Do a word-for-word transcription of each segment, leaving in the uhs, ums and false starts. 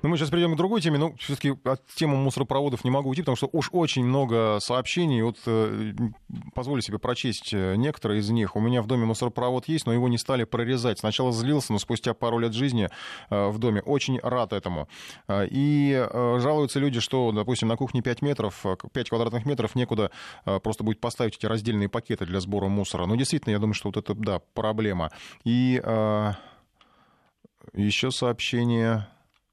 Ну, мы сейчас перейдем к другой теме, но все-таки от темы мусоропроводов не могу уйти, потому что уж очень много сообщений. Вот э, позволю себе прочесть некоторые из них. У меня в доме мусоропровод есть, но его не стали прорезать. Сначала злился, но спустя пару лет жизни э, в доме очень рад этому. И э, жалуются люди, что, допустим, на кухне пять метров, пять квадратных метров, некуда э, просто будет поставить эти раздельные пакеты для сбора мусора. Ну, действительно, я думаю, что вот это, да, проблема. И э, еще сообщение...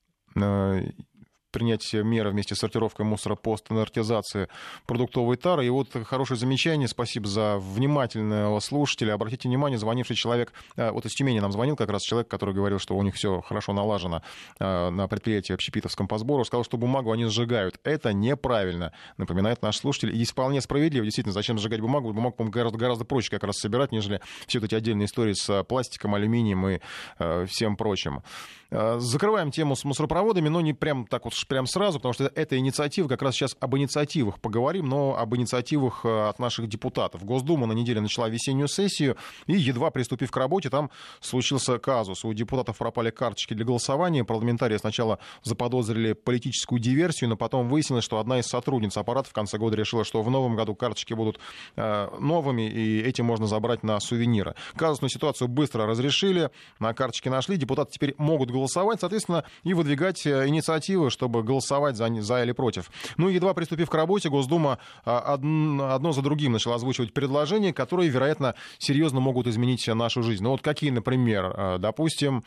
принять меры вместе с сортировкой мусора по стандартизации продуктовой тары. И вот хорошее замечание, спасибо за внимательного слушателя. Обратите внимание, звонивший человек, вот из Тюмени нам звонил как раз человек, который говорил, что у них все хорошо налажено на предприятии общепитовском по сбору, сказал, что бумагу они сжигают. Это неправильно, напоминает наш слушатель. И вполне справедливо, действительно, зачем сжигать бумагу? Бумагу, по-моему, гораздо, гораздо проще как раз собирать, нежели все вот эти отдельные истории с пластиком, алюминием и всем прочим. Закрываем тему с мусоропроводами, но не прям так вот прям сразу, потому что эта инициатива, как раз сейчас об инициативах поговорим, но об инициативах от наших депутатов. Госдума на неделе начала весеннюю сессию, и едва приступив к работе, там случился казус. У депутатов пропали карточки для голосования. Парламентарии сначала заподозрили политическую диверсию, но потом выяснилось, что одна из сотрудниц аппарата в конце года решила, что в новом году карточки будут э, новыми, и эти можно забрать на сувениры. Казусную ситуацию быстро разрешили, на карточки нашли, депутаты теперь могут голосовать, соответственно, и выдвигать инициативы, чтобы голосовать за, за или против. Ну и едва приступив к работе, Госдума одно, одно за другим начала озвучивать предложения, которые, вероятно, серьезно могут изменить нашу жизнь. Ну вот какие, например, допустим,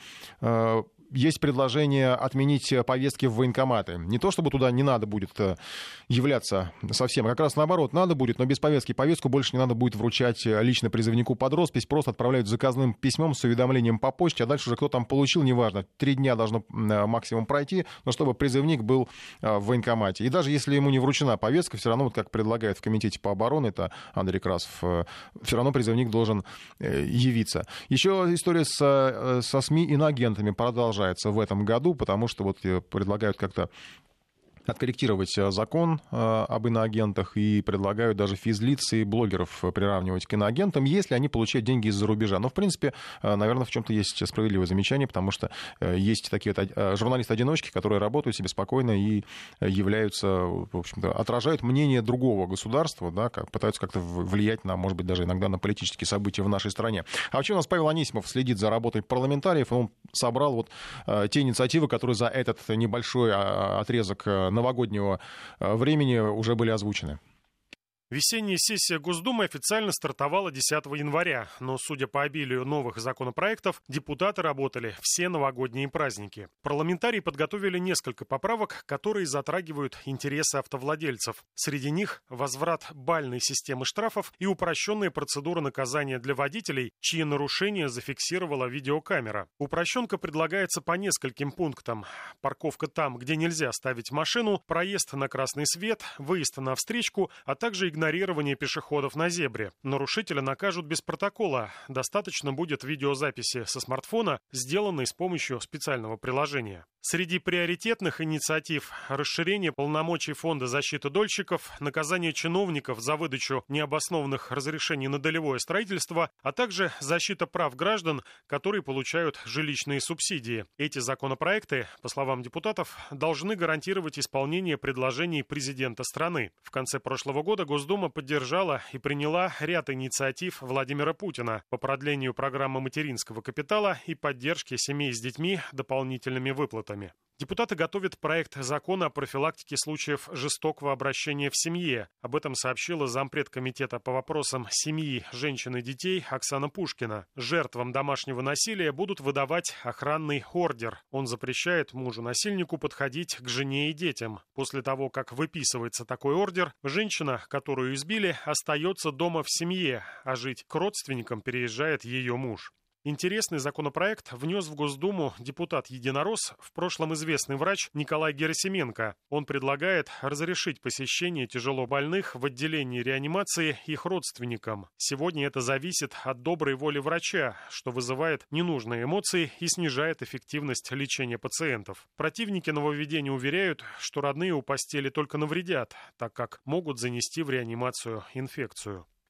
есть предложение отменить повестки в военкоматы. Не то, чтобы туда не надо будет являться совсем, а как раз наоборот, надо будет, но без повестки. Повестку больше не надо будет вручать лично призывнику под роспись, просто отправляют заказным письмом с уведомлением по почте, а дальше уже кто там получил, неважно. Три дня должно максимум пройти, но чтобы призывник был в военкомате. И даже если ему не вручена повестка, все равно, вот как предлагают в Комитете по обороне, это Андрей Красов, все равно призывник должен явиться. Еще история со, со СМИ иноагентами продолжается в этом году, потому что вот предлагают как-то откорректировать закон об иноагентах и предлагают даже физлиц и блогеров приравнивать к иноагентам, если они получают деньги из-за рубежа. Но, в принципе, наверное, в чем-то есть справедливое замечание, потому что есть такие вот журналисты-одиночки, которые работают себе спокойно и являются, в общем-то, отражают мнение другого государства, да, как, пытаются как-то влиять на, может быть, даже иногда на политические события в нашей стране. А вообще у нас Павел Анисимов следит за работой парламентариев, и он собрал вот те инициативы, которые за этот небольшой отрезок новогоднего времени уже были озвучены. Весенняя сессия Госдумы официально стартовала десятого января, но, судя по обилию новых законопроектов, депутаты работали все новогодние праздники. Парламентарии подготовили несколько поправок, которые затрагивают интересы автовладельцев. Среди них возврат бальной системы штрафов и упрощенная процедура наказания для водителей, чьи нарушения зафиксировала видеокамера. Упрощенка предлагается по нескольким пунктам. Парковка там, где нельзя ставить машину, проезд на красный свет, выезд на встречку, а также игнорирование игнорирование пешеходов на зебре. Нарушителя накажут без протокола. Достаточно будет видеозаписи со смартфона, сделанной с помощью специального приложения. Среди приоритетных инициатив – расширение полномочий Фонда защиты дольщиков, наказание чиновников за выдачу необоснованных разрешений на долевое строительство, а также защита прав граждан, которые получают жилищные субсидии. Эти законопроекты, по словам депутатов, должны гарантировать исполнение предложений президента страны. В конце прошлого года Госдума поддержала и приняла ряд инициатив Владимира Путина по продлению программы материнского капитала и поддержке семей с детьми дополнительными выплатами. Депутаты готовят проект закона о профилактике случаев жестокого обращения в семье. Об этом сообщила зампред комитета по вопросам семьи, женщин и детей Оксана Пушкина. Жертвам домашнего насилия будут выдавать охранный ордер. Он запрещает мужу-насильнику подходить к жене и детям. После того, как выписывается такой ордер, женщина, которую избили, остается дома в семье, а жить к родственникам переезжает ее муж. Интересный законопроект внес в Госдуму депутат-единорос, в прошлом известный врач Николай Герасименко. Он предлагает разрешить посещение тяжелобольных в отделении реанимации их родственникам. Сегодня это зависит от доброй воли врача, что вызывает ненужные эмоции и снижает эффективность лечения пациентов. Противники нововведения уверяют, что родные у постели только навредят, так как могут занести в реанимацию инфекцию.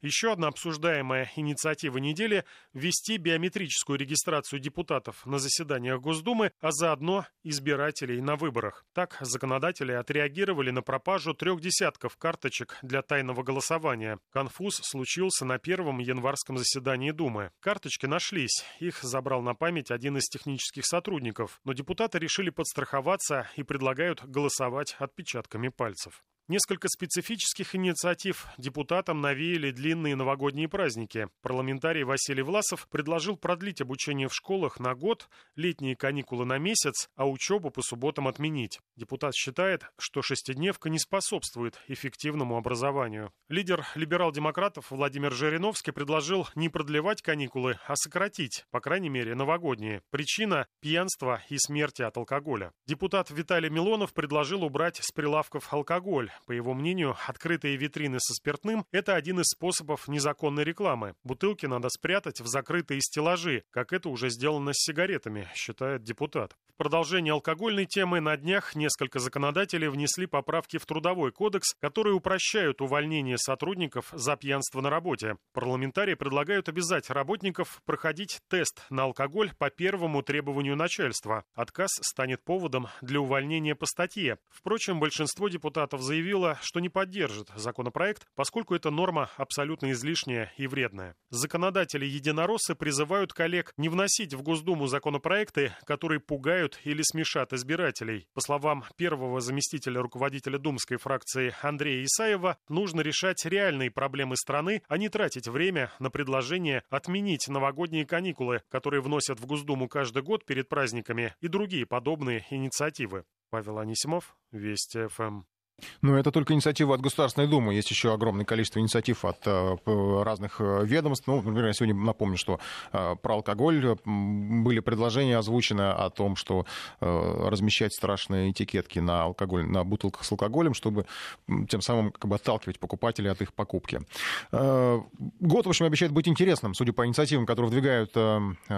Еще одна обсуждаемая инициатива недели – ввести биометрическую регистрацию депутатов на заседаниях Госдумы, а заодно избирателей на выборах. Так, законодатели отреагировали на пропажу трех десятков карточек для тайного голосования. Конфуз случился на первом январском заседании Думы. Карточки нашлись, их забрал на память один из технических сотрудников, но депутаты решили подстраховаться и предлагают голосовать отпечатками пальцев. Несколько специфических инициатив депутатам навеяли длинные новогодние праздники. Парламентарий Василий Власов предложил продлить обучение в школах на год, летние каникулы на месяц, а учебу по субботам отменить. Депутат считает, что шестидневка не способствует эффективному образованию. Лидер либерал-демократов Владимир Жириновский предложил не продлевать каникулы, а сократить, по крайней мере, новогодние. Причина – пьянство и смерти от алкоголя. Депутат Виталий Милонов предложил убрать с прилавков алкоголь. По его мнению, открытые витрины со спиртным – это один из способов незаконной рекламы. Бутылки надо спрятать в закрытые стеллажи, как это уже сделано с сигаретами, считает депутат. В продолжение алкогольной темы на днях несколько законодателей внесли поправки в Трудовой кодекс, которые упрощают увольнение сотрудников за пьянство на работе. Парламентарии предлагают обязать работников проходить тест на алкоголь по первому требованию начальства. Отказ станет поводом для увольнения по статье. Впрочем, большинство депутатов заявило, что не поддержит законопроект, поскольку эта норма абсолютно излишняя и вредная. Законодатели-единороссы призывают коллег не вносить в Госдуму законопроекты, которые пугают или смешат избирателей. По словам первого заместителя руководителя думской фракции Андрея Исаева, нужно решать реальные проблемы страны, а не тратить время на предложение отменить новогодние каникулы, которые вносят в Госдуму каждый год перед праздниками, и другие подобные инициативы. Павел Анисимов, Вести ФМ. Но это только инициатива от Государственной Думы. Есть еще огромное количество инициатив от э, разных ведомств. Ну, например, я сегодня напомню, что э, про алкоголь были предложения озвучены о том, что э, размещать страшные этикетки на алкоголь, на бутылках с алкоголем, чтобы тем самым как бы отталкивать покупателей от их покупки. Э, год, в общем, обещает быть интересным, судя по инициативам, которые выдвигают э,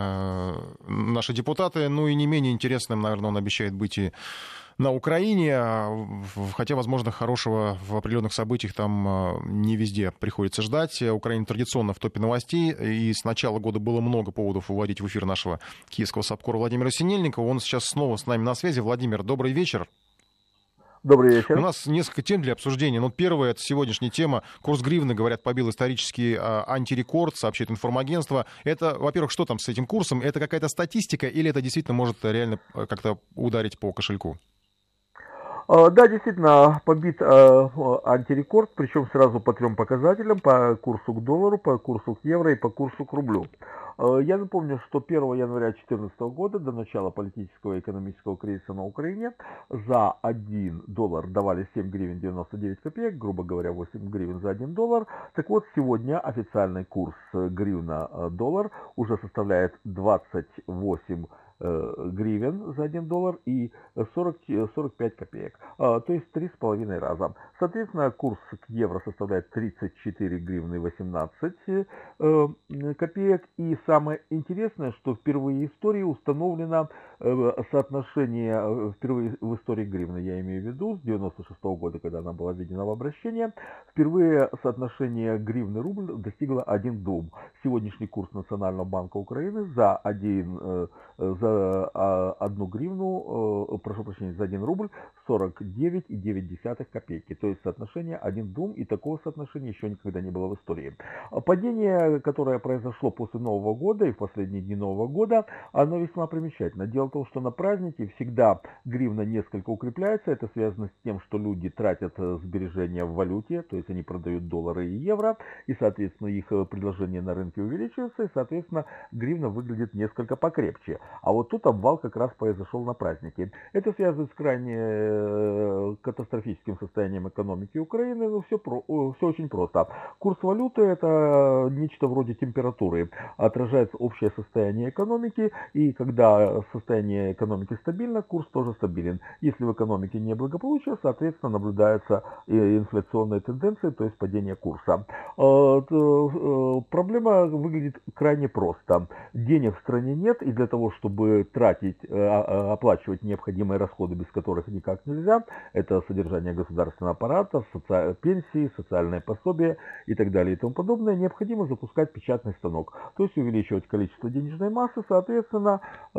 э, наши депутаты. Ну и не менее интересным, наверное, он обещает быть и на Украине, хотя, возможно, хорошего в определенных событиях там не везде приходится ждать. Украина традиционно в топе новостей, и с начала года было много поводов выводить в эфир нашего киевского САПКОРа Владимира Синельникова. Он сейчас снова с нами на связи. Владимир, добрый вечер. Добрый вечер. У нас несколько тем для обсуждения. Ну, первая — это сегодняшняя тема. Курс гривны, говорят, побил исторический а, антирекорд, сообщает информагентство. Это, во-первых, что там с этим курсом? Это какая-то статистика или это действительно может реально как-то ударить по кошельку? Да, действительно, побит э, антирекорд, причем сразу по трем показателям: по курсу к доллару, по курсу к евро и по курсу к рублю. Э, я напомню, что первого января две тысячи четырнадцатого года, до начала политического и экономического кризиса на Украине, за один доллар давали семь гривен девяносто девять копеек, грубо говоря, восемь гривен за один доллар. Так вот, сегодня официальный курс гривна-доллар уже составляет двадцать восемь гривен за один доллар и сорок, сорок пять копеек, то есть три с половиной раза. Соответственно, курс к евро составляет тридцать четыре гривны восемнадцать копеек. И самое интересное, что впервые в истории установлено соотношение, впервые в истории гривны, я имею в виду, с девяносто шестого года, когда она была введена в обращение, впервые соотношение гривны-рубль достигло один к двум. Сегодняшний курс Национального банка Украины за один за одну гривну, прошу прощения, за один рубль сорок девять и девять десятых копейки. То есть соотношение один к двум, и такого соотношения еще никогда не было в истории. Падение, которое произошло после Нового года и в последние дни Нового года, оно весьма примечательно. Дело в том, что на праздники всегда гривна несколько укрепляется. Это связано с тем, что люди тратят сбережения в валюте, то есть они продают доллары и евро, и, соответственно, их предложение на рынке увеличивается, и, соответственно, гривна выглядит несколько покрепче. А вот тут обвал как раз произошел на праздники. Это связано с крайне катастрофическим состоянием экономики Украины. Ну, все, про, все очень просто. Курс валюты — это нечто вроде температуры. Отражается общее состояние экономики, и когда состояние экономики стабильно, курс тоже стабилен. Если в экономике неблагополучие, соответственно, наблюдается инфляционная тенденция, то есть падение курса. Проблема выглядит крайне просто. Денег в стране нет, и для того, чтобы чтобы тратить, оплачивать необходимые расходы, без которых никак нельзя. Это содержание государственного аппарата, соци... пенсии, социальное пособие и так далее и тому подобное. Необходимо запускать печатный станок, то есть увеличивать количество денежной массы, соответственно,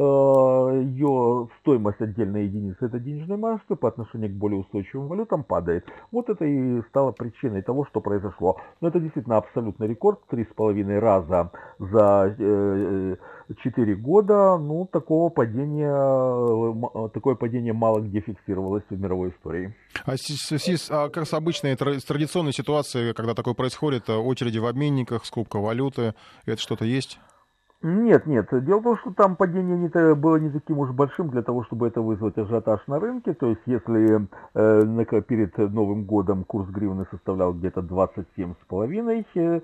ее стоимость отдельной единицы этой денежной массы по отношению к более устойчивым валютам падает. Вот это и стало причиной того, что произошло. Но это действительно абсолютный рекорд, три с половиной раза за четыре года. Ну, такого падения, такое падение мало где фиксировалось в мировой истории. А, с, а как с обычной традиционной ситуацией, когда такое происходит, очереди в обменниках, скупка валюты, это что-то есть? Нет, нет. Дело в том, что там падение не, было не таким уж большим для того, чтобы это вызвать ажиотаж на рынке. То есть, если э, перед Новым годом курс гривны составлял где-то двадцать семь с половиной э,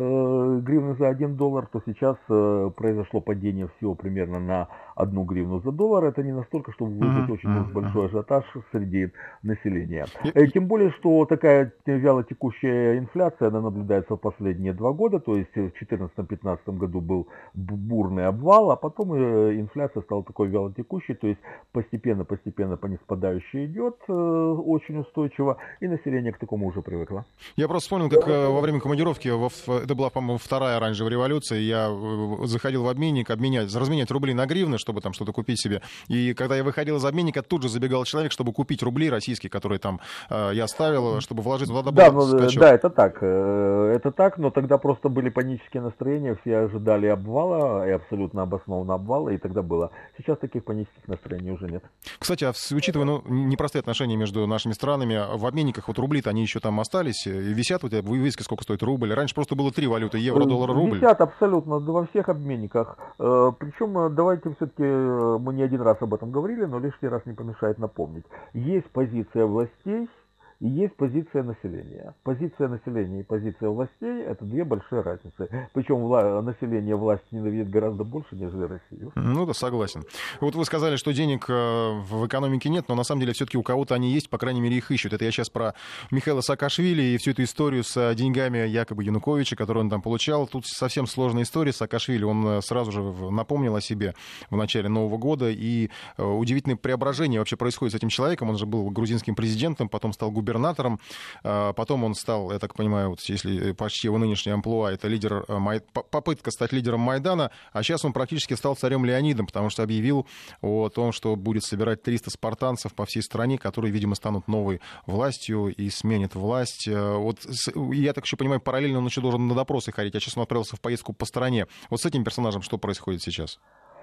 гривны за один доллар, то сейчас э, произошло падение всего примерно на одну гривну за доллар. Это не настолько, чтобы вызвать mm-hmm. очень уж большой ажиотаж среди населения. Mm-hmm. Тем более, что такая вялотекущая инфляция, она наблюдается в последние два года. То есть, в две тысячи четырнадцатом-пятнадцатом году был бурный обвал, а потом инфляция стала такой вялотекущей, то есть постепенно-постепенно по ниспадающей идет, очень устойчиво, и население к такому уже привыкло. Я просто вспомнил, как во время командировки, это была, по-моему, вторая оранжевая революция, я заходил в обменник обменять, разменять рубли на гривны, чтобы там что-то купить себе, и когда я выходил из обменника, тут же забегал человек, чтобы купить рубли российские, которые там я ставил, чтобы вложить. Тогда да, ну, да, это так, это так, но тогда просто были панические настроения, все ожидали обвала, и абсолютно обоснованно обвала, и тогда было. Сейчас таких панических настроений уже нет. Кстати, а учитывая ну, непростые отношения между нашими странами, в обменниках вот рубли-то они еще там остались, и висят у тебя вывески, сколько стоит рубль. Раньше просто было три валюты: евро, доллар, рубль. Висят абсолютно во всех обменниках. Причем, давайте все-таки, мы не один раз об этом говорили, но лишний раз не помешает напомнить. Есть позиция властей, и есть позиция населения. Позиция населения и позиция властей – это две большие разницы. Причем вла- население власть ненавидит гораздо больше, нежели Россию. Ну да, согласен. Вот вы сказали, что денег в экономике нет, но на самом деле все-таки у кого-то они есть, по крайней мере, их ищут. Это я сейчас про Михаила Саакашвили и всю эту историю с деньгами якобы Януковича, которую он там получал. Тут совсем сложная история. Саакашвили, он сразу же напомнил о себе в начале Нового года. И удивительное преображение вообще происходит с этим человеком. Он же был грузинским президентом, потом стал губернатором. губернатором. Потом он стал, я так понимаю, вот если почти его нынешний амплуа, это лидер, попытка стать лидером Майдана, а сейчас он практически стал царем Леонидом, потому что объявил о том, что будет собирать триста спартанцев по всей стране, которые, видимо, станут новой властью и сменят власть. Вот я так еще понимаю, параллельно он еще должен на допросы ходить, а сейчас он отправился в поездку по стране. Вот с этим персонажем что происходит сейчас?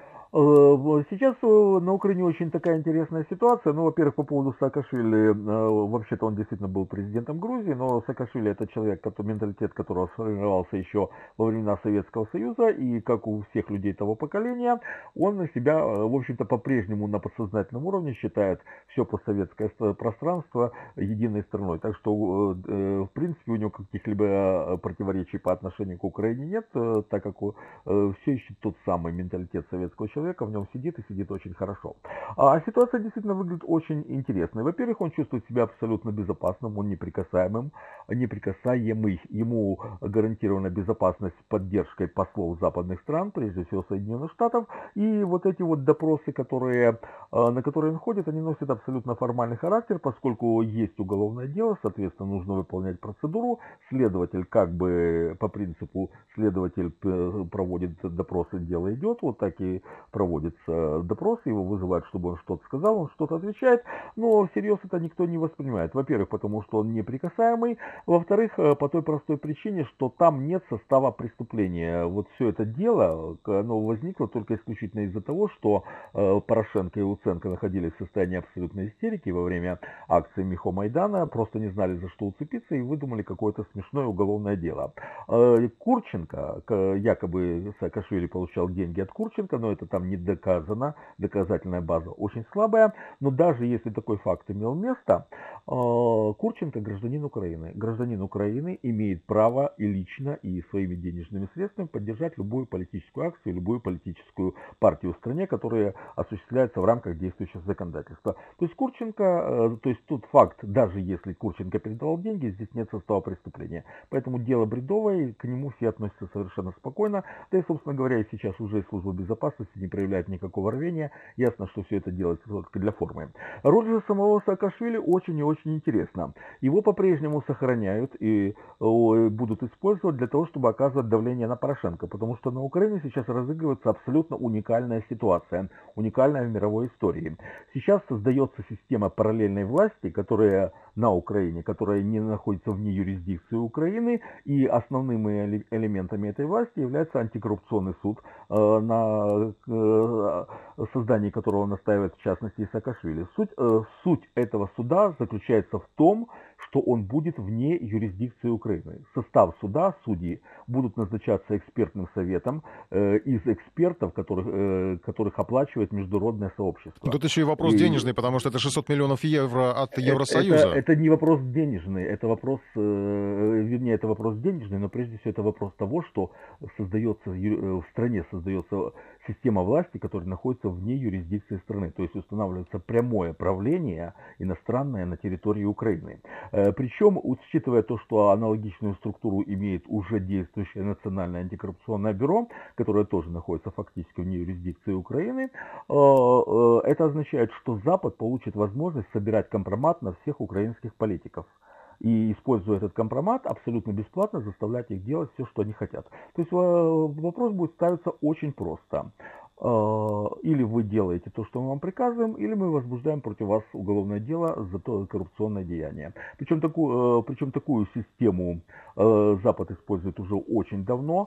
Сейчас на Украине очень такая интересная ситуация. Ну, во-первых, по поводу Саакашвили, вообще-то он действительно был президентом Грузии, но Саакашвили — это человек, который, менталитет которого сформировался еще во времена Советского Союза, и как у всех людей того поколения, он себя, в общем-то, по-прежнему на подсознательном уровне считает все постсоветское пространство единой страной. Так что, в принципе, у него каких-либо противоречий по отношению к Украине нет, так как все еще тот самый менталитет советского человека в нем сидит и сидит очень хорошо. А ситуация действительно выглядит очень интересной. Во-первых, он чувствует себя абсолютно безопасным, он неприкасаемым, неприкасаемый. Ему гарантирована безопасность поддержкой послов западных стран, прежде всего Соединенных Штатов. И вот эти вот допросы, которые, на которые он ходит, они носят абсолютно формальный характер, поскольку есть уголовное дело, соответственно, нужно выполнять процедуру. Следователь, как бы по принципу, следователь проводит допросы, дело идет, вот так и проводится допрос, его вызывают, чтобы он что-то сказал, он что-то отвечает, но всерьез это никто не воспринимает. Во-первых, потому что он неприкасаемый, во-вторых, по той простой причине, что там нет состава преступления. Вот все это дело, оно возникло только исключительно из-за того, что Порошенко и Луценко находились в состоянии абсолютной истерики во время акции Михо Майдана, просто не знали, за что уцепиться, и выдумали какое-то смешное уголовное дело. Курченко, якобы Саакашвили получал деньги от Курченко, но это там не доказано, доказательная база очень слабая, но даже если такой факт имел место, Курченко гражданин Украины. Гражданин Украины имеет право и лично, и своими денежными средствами поддержать любую политическую акцию, любую политическую партию в стране, которая осуществляется в рамках действующего законодательства. То есть Курченко, то есть тут факт, даже если Курченко передавал деньги, здесь нет состава преступления. Поэтому дело бредовое, к нему все относятся совершенно спокойно. Да и, собственно говоря, и сейчас уже служба безопасности не проявляет никакого рвения. Ясно, что все это делается только для формы. Роль же самого Саакашвили очень и очень интересна. Его по-прежнему сохраняют и будут использовать для того, чтобы оказывать давление на Порошенко, потому что на Украине сейчас разыгрывается абсолютно уникальная ситуация, уникальная в мировой истории. Сейчас создается система параллельной власти, которая на Украине, которая не находится вне юрисдикции Украины, и основными элементами этой власти является антикоррупционный суд, на создании которого настаивает в частности Саакашвили. Суть, суть этого суда заключается в том, что он будет вне юрисдикции Украины. Состав суда, судьи, будут назначаться экспертным советом э, из экспертов, которых, э, которых оплачивает международное сообщество. Тут еще и вопрос и... денежный, потому что это шестьсот миллионов евро от Евросоюза. Это, это не вопрос денежный, это вопрос, э, вернее, это вопрос денежный, но прежде всего это вопрос того, что создается, в стране создается система власти, которая находится вне юрисдикции страны, то есть устанавливается прямое правление иностранное на территории Украины. Причем, учитывая то, что аналогичную структуру имеет уже действующее Национальное антикоррупционное бюро, которое тоже находится фактически вне юрисдикции Украины, это означает, что Запад получит возможность собирать компромат на всех украинских политиков. И, используя этот компромат, абсолютно бесплатно заставлять их делать все, что они хотят. То есть вопрос будет ставиться очень просто. Или вы делаете то, что мы вам приказываем, или мы возбуждаем против вас уголовное дело за то коррупционное деяние. Причем такую, причем такую систему Запад использует уже очень давно,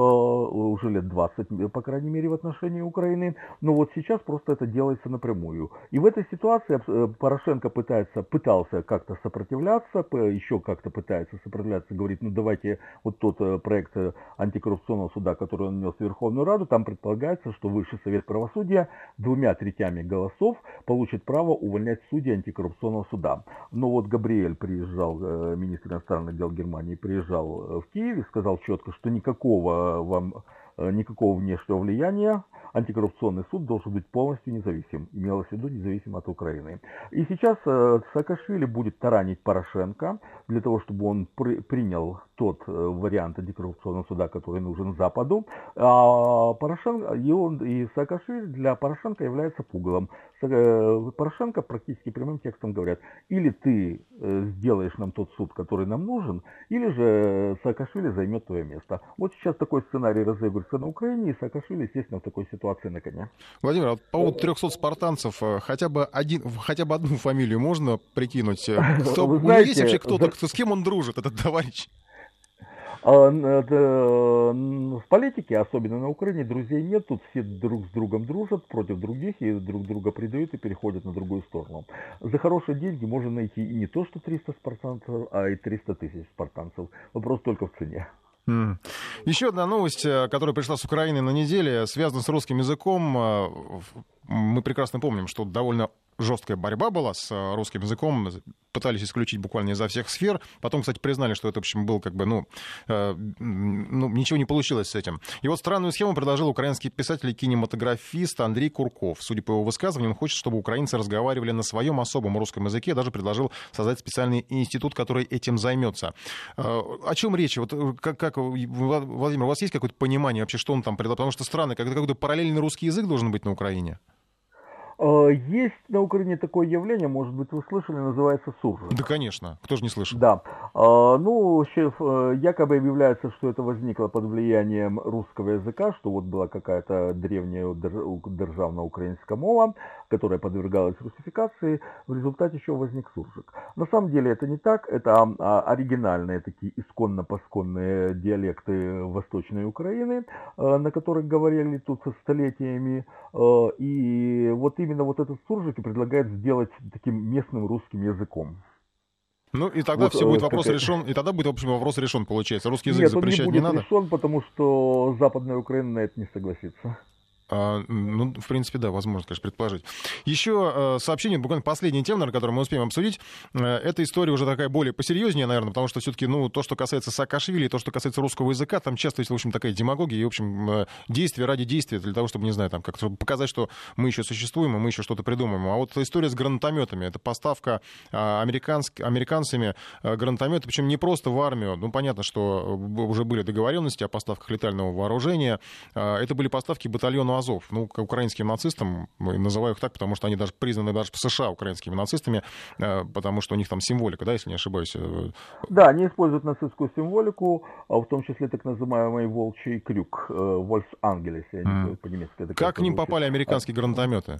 уже лет двадцать, по крайней мере, в отношении Украины. Но вот сейчас просто это делается напрямую. И в этой ситуации Порошенко пытается, пытался как-то сопротивляться, еще как-то пытается сопротивляться, говорит, ну давайте вот тот проект антикоррупционного суда, который он внес в Верховную Раду, там предполагается, что вы Высший совет правосудия двумя третями голосов получит право увольнять судей антикоррупционного суда. Но вот Габриэль приезжал, министр иностранных дел Германии, приезжал в Киев и сказал четко, что никакого вам никакого внешнего влияния, антикоррупционный суд должен быть полностью независим, имелось в виду независим от Украины. И сейчас Саакашвили будет таранить Порошенко для того, чтобы он при, принял тот вариант антикоррупционного суда, который нужен Западу. А Порошенко, и, он, и Саакашвили для Порошенко является пугалом. Порошенко практически прямым текстом говорят, или ты сделаешь нам тот суд, который нам нужен, или же Саакашвили займет твое место. Вот сейчас такой сценарий разыгрывается на Украине, и Саакашвили, естественно, в такой ситуации на коне. Владимир, а по поводу трехсот спартанцев, хотя бы, один, хотя бы одну фамилию можно прикинуть? Кто, Вы знаете, есть вообще кто-то, за... кто, с кем он дружит, этот товарищ? В политике, особенно на Украине, друзей нет, тут все друг с другом дружат против других и друг друга предают и переходят на другую сторону. За хорошие деньги можно найти и не то что триста спартанцев, а и триста тысяч спартанцев. Вопрос только в цене. Mm. Еще одна новость, которая пришла с Украины на неделе, связана с русским языком. Мы прекрасно помним, что довольно жесткая борьба была с русским языком, пытались исключить буквально изо всех сфер. Потом, кстати, признали, что это, в общем, был как бы, ну, э, ну, ничего не получилось с этим. И вот странную схему предложил украинский писатель и кинематографист Андрей Курков. Судя по его высказыванию, он хочет, чтобы украинцы разговаривали на своем особом русском языке, даже предложил создать специальный институт, который этим займется. Э, о чем речь? Вот как, как, Владимир, у вас есть какое-то понимание вообще, что он там предлагал? Потому что странно, как какой-то параллельный русский язык должен быть на Украине. Есть на Украине такое явление, может быть, вы слышали, называется суржик. Да, конечно. Кто же не слышал? Да. Ну, якобы объявляется, что это возникло под влиянием русского языка, что вот была какая-то древняя державная украинская мова, которая подвергалась русификации, в результате еще возник суржик. На самом деле это не так, это оригинальные такие исконно-посконные диалекты Восточной Украины, на которых говорили тут столетиями, и вот именно Именно вот этот суржик и предлагает сделать таким местным русским языком. Ну и тогда вот, все будет вопрос как... решен, и тогда будет, в общем, вопрос решен, получается. Русский язык Нет, запрещать он не, не будет надо? решен, потому что Западная Украина на это не согласится. А, ну, в принципе, да, возможно, конечно, предположить. Еще э, сообщение, буквально последняя тема, на которую мы успеем обсудить. Э, эта история уже такая более посерьезнее, наверное, потому что все-таки, ну, то, что касается Саакашвили, то, что касается русского языка, там часто есть, в общем, такая демагогия и, в общем, э, действие ради действия, для того, чтобы, не знаю, там, как-то показать, что мы еще существуем, и мы еще что-то придумаем. А вот история с гранатометами, это поставка э, американск... американцами э, гранатометов, причем не просто в армию, ну, понятно, что уже были договоренности о поставках летального вооружения, э, это были поставки батальону Азов. Ну, к украинским нацистам, называю их так, потому что они даже признаны даже в США украинскими нацистами, потому что у них там символика, да, если не ошибаюсь. Да, они используют нацистскую символику, в том числе так называемый волчий крюк, Вольф Ангелес, mm. по-немецки. Как к ним попали американские гранатометы?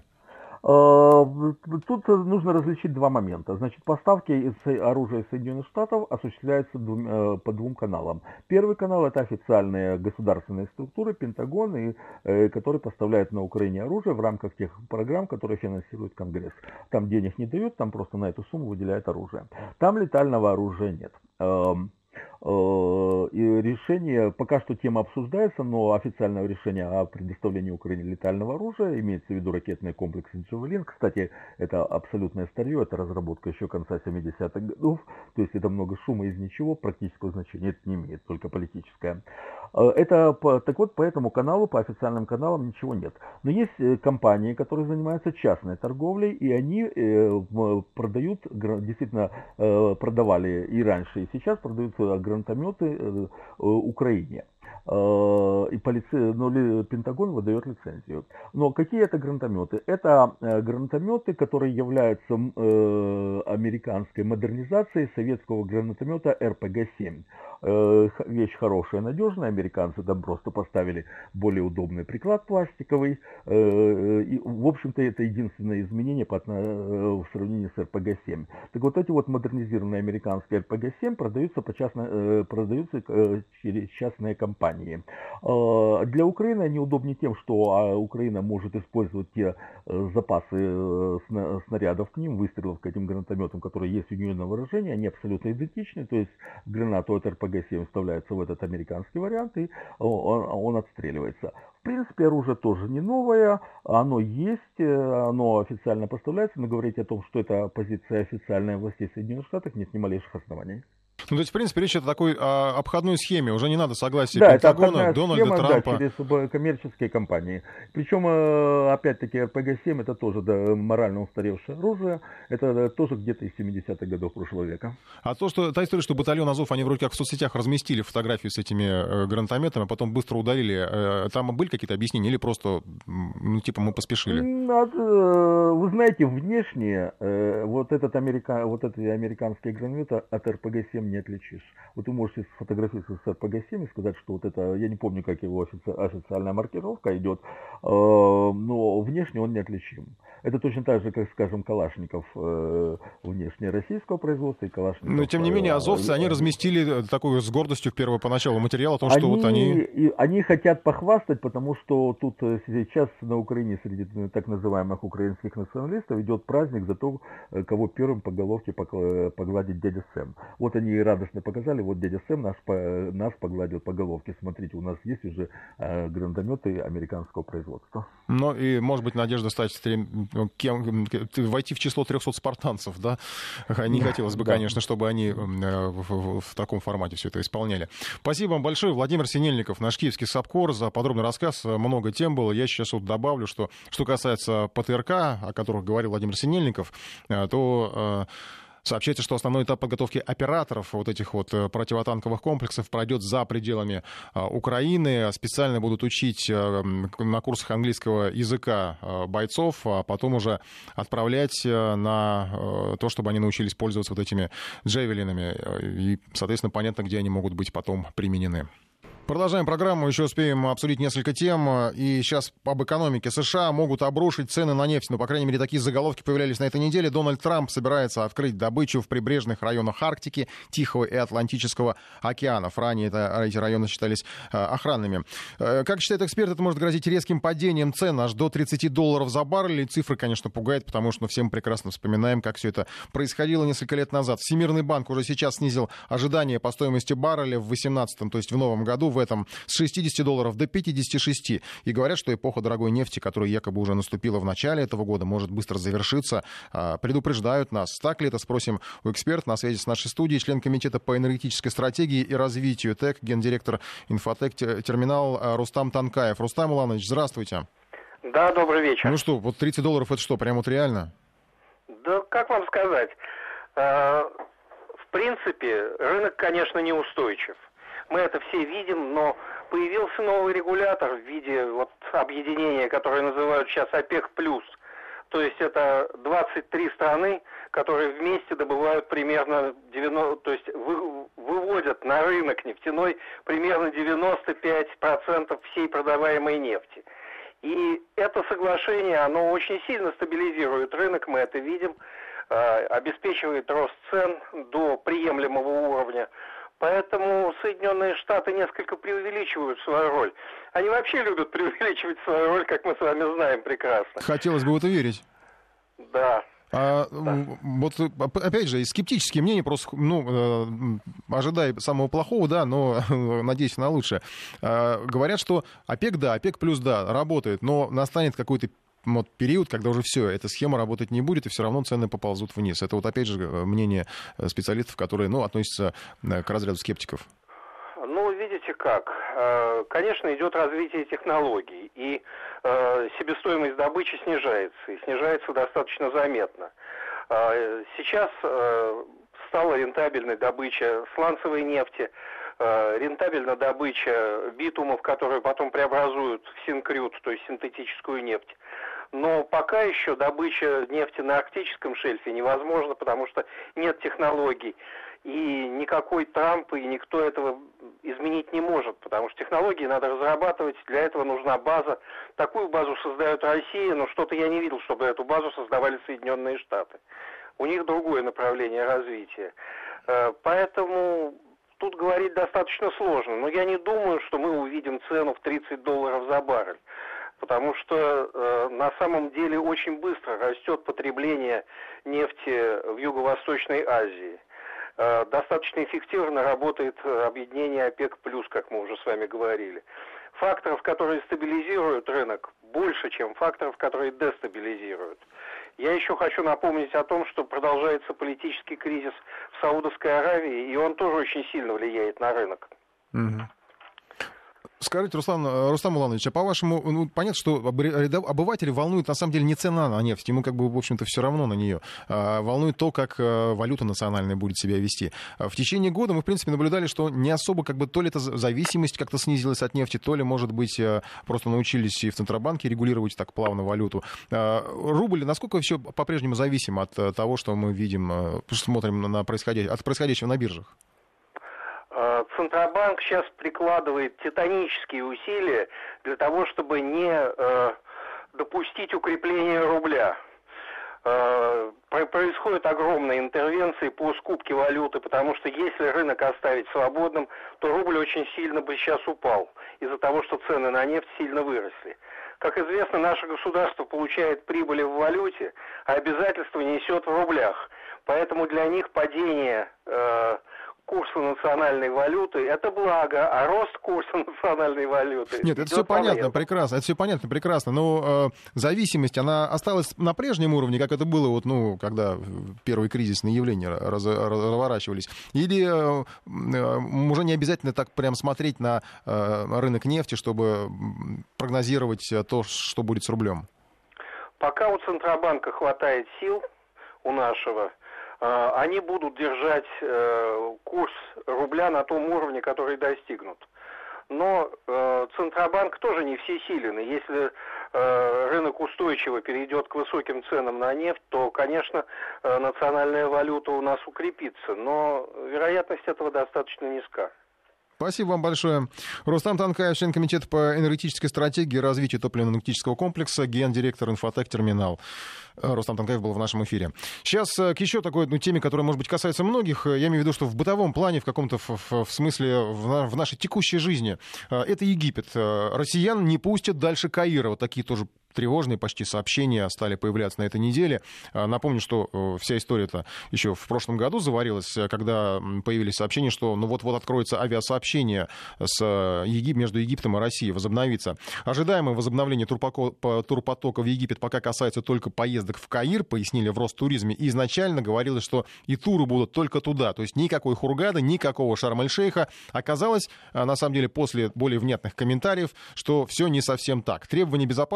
Тут нужно различить два момента. Значит, поставки из оружия Соединенных Штатов осуществляются двум, по двум каналам. Первый канал — это официальные государственные структуры, Пентагон, и, которые поставляют на Украине оружие в рамках тех программ, которые финансирует Конгресс. Там денег не дают, там просто на эту сумму выделяют оружие. Там летального оружия нет. И решение, пока что тема обсуждается, но официального решения о предоставлении Украине летального оружия, имеется в виду ракетные комплексы Джавелин. Кстати, это абсолютное старье, это разработка еще конца семидесятых годов, то есть это много шума из ничего, практического значения это не имеет, только политическое. Это, так вот, по этому каналу, по официальным каналам ничего нет. Но есть компании, которые занимаются частной торговлей, и они продают, действительно продавали и раньше, и сейчас продают гранатометы Украине. И полиция, ну, Пентагон выдает лицензию. Но какие это гранатометы? Это гранатометы, которые являются американской модернизацией советского гранатомета эр пэ гэ семь. Вещь хорошая, надежная. Американцы там просто поставили более удобный приклад пластиковый. И, в общем-то, это единственное изменение по, в сравнении с эр пэ гэ семь. Так вот, эти вот модернизированные американские эр пэ гэ семь продаются, по частно, продаются через частные компании. Для Украины они удобнее тем, что Украина может использовать те запасы снарядов к ним, выстрелов к этим гранатометам, которые есть у нее на вооружении, они абсолютно идентичны, то есть гранату от эр пэ гэ семь вставляется в этот американский вариант, и он, он отстреливается. В принципе, оружие тоже не новое, оно есть, оно официально поставляется, но говорить о том, что это позиция официальной власти Соединенных Штатов, нет ни малейших оснований. Ну, то есть, в принципе, речь о такой о обходной схеме. Уже не надо согласия да, Пентагона, Дональда схема, Трампа. Да, через коммерческие компании. Причем, опять-таки, эр пэ гэ семь это тоже да, морально устаревшее оружие. Это тоже где-то из семидесятых годов прошлого века. А то, что та история, что батальон Азов, они вроде как в соцсетях разместили фотографии с этими гранатометами, а потом быстро удалили. Там были какие-то объяснения или просто, ну, типа, мы поспешили? Вы знаете, внешне вот, этот америка... вот эти американские гранатометы от эр пэ гэ семь не отличишь. Вот вы можете сфотографироваться с эр пэ гэ семь и сказать, что вот это, я не помню, как его офици... официальная маркировка идет, но внешне он неотличим. Это точно так же, как, скажем, Калашников внешне российского производства и Калашников. Но, тем не менее, азовцы, они разместили такую с гордостью в первого поначалу материал о том, что они, вот они... И, они хотят похвастать, потому что тут сейчас на Украине среди так называемых украинских националистов идет праздник за то, кого первым по головке погладит дядя Сэм. Вот они радостно показали, вот дядя Сэм нас, нас погладил по головке. Смотрите, у нас есть уже гранатометы американского производства. Ну и, может быть, надежда стать кем, войти в число трехсот спартанцев, да? Не хотелось бы, конечно, чтобы они в, в, в таком формате все это исполняли. Спасибо вам большое. Владимир Синельников, наш киевский САПКОР, за подробный рассказ. Много тем было. Я сейчас вот добавлю, что что касается пэ тэ эр ка, о которых говорил Владимир Синельников, то... Сообщается, что основной этап подготовки операторов вот этих вот противотанковых комплексов пройдет за пределами Украины. Специально будут учить на курсах английского языка бойцов, а потом уже отправлять на то, чтобы они научились пользоваться вот этими джавелинами. И, соответственно, понятно, где они могут быть потом применены. Продолжаем программу, еще успеем обсудить несколько тем. И сейчас об экономике. США могут обрушить цены на нефть. Ну, по крайней мере, такие заголовки появлялись на этой неделе. Дональд Трамп собирается открыть добычу в прибрежных районах Арктики, Тихого и Атлантического океанов. Ранее это, эти районы считались охранными. Как считает эксперт, это может грозить резким падением цен аж до тридцати долларов за баррель. И цифры, конечно, пугают, потому что ну, все мы прекрасно вспоминаем, как все это происходило несколько лет назад. Всемирный банк уже сейчас снизил ожидания по стоимости барреля в восемнадцатом, то есть в новом году, в этом с шестидесяти долларов до пятидесяти шести. И говорят, что эпоха дорогой нефти, которая якобы уже наступила в начале этого года, может быстро завершиться. Предупреждают нас. Так ли это, спросим у эксперта. На связи с нашей студией член комитета по энергетической стратегии и развитию ТЭК, гендиректор Инфотек Терминал Рустам Танкаев. Рустам Иванович, здравствуйте. Да, добрый вечер. Ну что, вот тридцать долларов это что, прям вот реально? Да, как вам сказать? В принципе, рынок, конечно, неустойчив. Мы это все видим, но появился новый регулятор в виде вот объединение, которое называют сейчас ОПЕК+. То есть это двадцать три страны, которые вместе добывают примерно девяносто, то есть вы, выводят на рынок нефтяной примерно девяносто пять процентов всей продаваемой нефти. И это соглашение, оно очень сильно стабилизирует рынок, мы это видим, э, обеспечивает рост цен до приемлемого уровня. Поэтому Соединенные Штаты несколько преувеличивают свою роль. Они вообще любят преувеличивать свою роль, как мы с вами знаем прекрасно. Хотелось бы в это верить. Да. А, да. Вот опять же, скептические мнения, просто, ну, ожидая самого плохого, да, но надеюсь на лучшее. Говорят, что ОПЕК, да, ОПЕК плюс, да, работает, но настанет какой-то вот период, когда уже все, эта схема работать не будет, и все равно цены поползут вниз. Это вот опять же мнение специалистов, которые, ну, относятся к разряду скептиков. Ну, видите как, конечно, идет развитие технологий, и себестоимость добычи снижается, и снижается достаточно заметно. Сейчас стала рентабельной добыча сланцевой нефти, рентабельна добыча битумов, которые потом преобразуют в синкрют, то есть синтетическую нефть. Но пока еще добыча нефти на арктическом шельфе невозможна, потому что нет технологий. И никакой Трамп и никто этого изменить не может, потому что технологии надо разрабатывать, для этого нужна база. Такую базу создает Россия, но что-то я не видел, чтобы эту базу создавали Соединенные Штаты. У них другое направление развития. Поэтому тут говорить достаточно сложно, но я не думаю, что мы увидим цену в тридцать долларов за баррель. Потому что э, на самом деле очень быстро растет потребление нефти в Юго-Восточной Азии. Э, достаточно эффективно работает объединение ОПЕК+, как мы уже с вами говорили. Факторов, которые стабилизируют рынок, больше, чем факторов, которые дестабилизируют. Я еще хочу напомнить о том, что продолжается политический кризис в Саудовской Аравии, и он тоже очень сильно влияет на рынок. Mm-hmm. Скажите, Руслан, Рустам Уланович, а по-вашему, ну, понятно, что обывателей волнует на самом деле не цена на нефть, ему как бы, в общем-то, все равно на нее. А волнует то, как валюта национальная будет себя вести. В течение года мы, в принципе, наблюдали, что не особо, как бы, то ли эта зависимость как-то снизилась от нефти, то ли, может быть, просто научились и в Центробанке регулировать так плавно валюту. Рубль, насколько все по-прежнему зависим от того, что мы видим, смотрим на происходящее, от происходящего на биржах? Центробанк сейчас прикладывает титанические усилия для того, чтобы не э, допустить укрепления рубля. Э, происходят огромные интервенции по скупке валюты, потому что если рынок оставить свободным, то рубль очень сильно бы сейчас упал из-за того, что цены на нефть сильно выросли. Как известно, наше государство получает прибыли в валюте, а обязательства несет в рублях. Поэтому для них падение э, курса национальной валюты — это благо, а рост курса национальной валюты... Нет, это все понятно, прекрасно, это все понятно, прекрасно, но э, зависимость, она осталась на прежнем уровне, как это было, вот, ну, когда первые кризисные явления раз, разворачивались, или э, э, уже не обязательно так прям смотреть на э, рынок нефти, чтобы прогнозировать то, что будет с рублем? Пока у Центробанка хватает сил, у нашего, они будут держать э, курс рубля на том уровне, который достигнут. Но э, Центробанк тоже не всесилен. И если э, рынок устойчиво перейдет к высоким ценам на нефть, то, конечно, э, национальная валюта у нас укрепится. Но вероятность этого достаточно низка. Спасибо вам большое. Рустам Тонкаев, член комитета по энергетической стратегии и развитию топливно-энергетического комплекса, гендиректор «Инфотек Терминал». Рустам Тонкаев был в нашем эфире. Сейчас к еще такой ну, теме, которая, может быть, касается многих. Я имею в виду, что в бытовом плане, в каком-то в, в, в смысле, в, в нашей текущей жизни. Это Египет. Россиян не пустят дальше Каира. Вот такие тоже тревожные почти сообщения стали появляться на этой неделе. Напомню, что вся история-то еще в прошлом году заварилась, когда появились сообщения, что ну вот-вот откроется авиасообщение с Егип... между Египтом и Россией, возобновится. Ожидаемое возобновление турпотока в Египет пока касается только поездок в Каир, пояснили в Ростуризме. И изначально говорилось, что и туры будут только туда. То есть никакой Хургады, никакого Шарм-эль-Шейха. Оказалось, на самом деле, после более внятных комментариев, что все не совсем так. Требования безопасности исключительно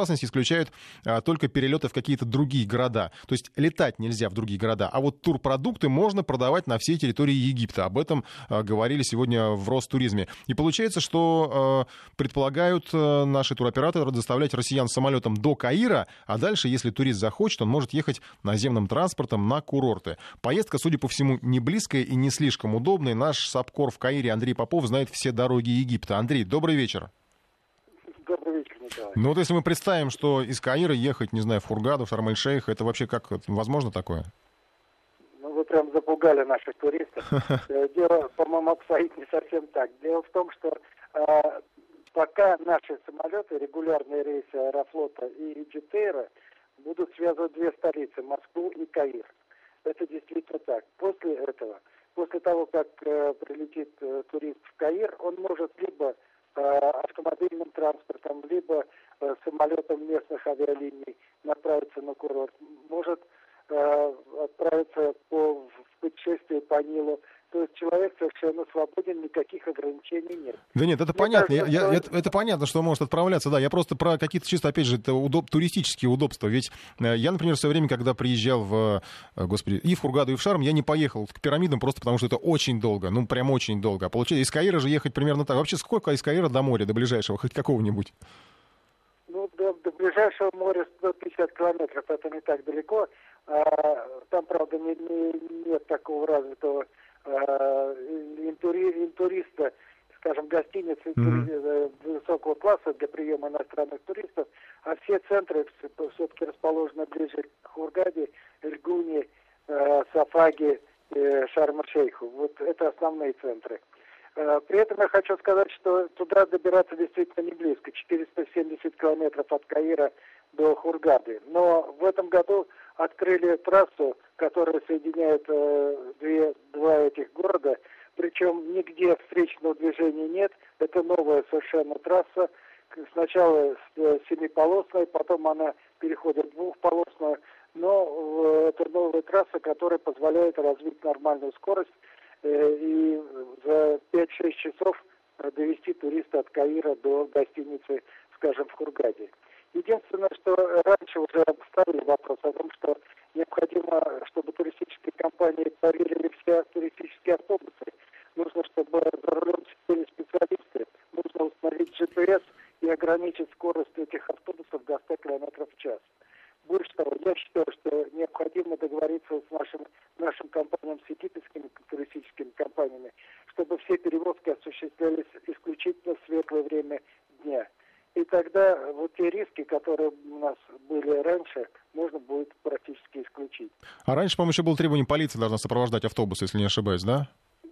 исключают а, только перелеты в какие-то другие города. То есть летать нельзя в другие города, а вот турпродукты можно продавать на всей территории Египта. Об этом а, говорили сегодня в Ростуризме. И получается, что а, предполагают а, наши туроператоры доставлять россиян самолетом до Каира, а дальше, если турист захочет, он может ехать наземным транспортом на курорты. Поездка, судя по всему, не близкая и не слишком удобная. Наш САПКОР в Каире Андрей Попов знает все дороги Египта. Андрей, добрый вечер. Добрый вечер, Николай. Ну вот если мы представим, что из Каира ехать, не знаю, в Хургаду, в Шарм-эль-Шейх, это вообще как, возможно такое? Ну вы прям запугали наших туристов. Дело, по-моему, обстоит не совсем так. Дело в том, что э, пока наши самолеты, регулярные рейсы Аэрофлота и Джетейра, будут связывать две столицы, Москву и Каир. Это действительно так. После этого, после того, как э, прилетит э, турист в Каир, он может либо автомобильным транспортом, либо э, самолетом местных авиалиний направиться на курорт, может э, отправиться по, в путешествие по Нилу. То есть человек совершенно свободен, никаких ограничений нет. Да нет, это Мне понятно. кажется, я, что... я, это, это понятно, что может отправляться. Да, я просто про какие-то чисто, опять же, это удоб, туристические удобства. Ведь э, я, например, в свое время, когда приезжал в, э, господи, и в Хургаду, и в Шарм, я не поехал к пирамидам просто потому, что это очень долго. Ну, прям очень долго. А получается, из Каира же ехать примерно так. Вообще, сколько из Каира до моря, до ближайшего, хоть какого-нибудь? Ну, до, до ближайшего моря сто пятьдесят километров, это не так далеко. А, там, правда, не, не, нет такого развитого интури, интуриста, скажем, гостиницы mm-hmm. высокого класса для приема иностранных туристов, а все центры все-таки расположены ближе к Хургаде, Эльгуне, э, Сафаге, э, Шарм-эль-Шейху. Вот это основные центры. Э, при этом я хочу сказать, что туда добираться действительно не близко, четыреста семьдесят километров от Каира до Хургады. Но в этом году открыли трассу, которая соединяет э, две, два этих города, причем нигде встречного движения нет, это новая совершенно трасса, сначала семиполосная, потом она переходит в двухполосную, но э, это новая трасса, которая позволяет развить нормальную скорость э, и за пять-шесть часов довести туриста от Каира до гостиницы, скажем, в Хургаде. Единственное, что раньше уже ставили вопрос о том, что необходимо, чтобы туристические компании проверили все туристические автобусы. Нужно, чтобы за рулем сидели специалисты. Нужно установить джи пи эс и ограничить скорость этих автобусов до ста километров в час. Больше того, я считаю, что необходимо договориться с нашим, нашим компаниям, с египетскими туристическими компаниями, чтобы все перевозки осуществлялись исключительно в светлое время дня. И тогда вот те риски, которые у нас были раньше, можно будет практически исключить. А раньше, по-моему, еще было требование, полиция должна сопровождать автобус, если не ошибаюсь, да?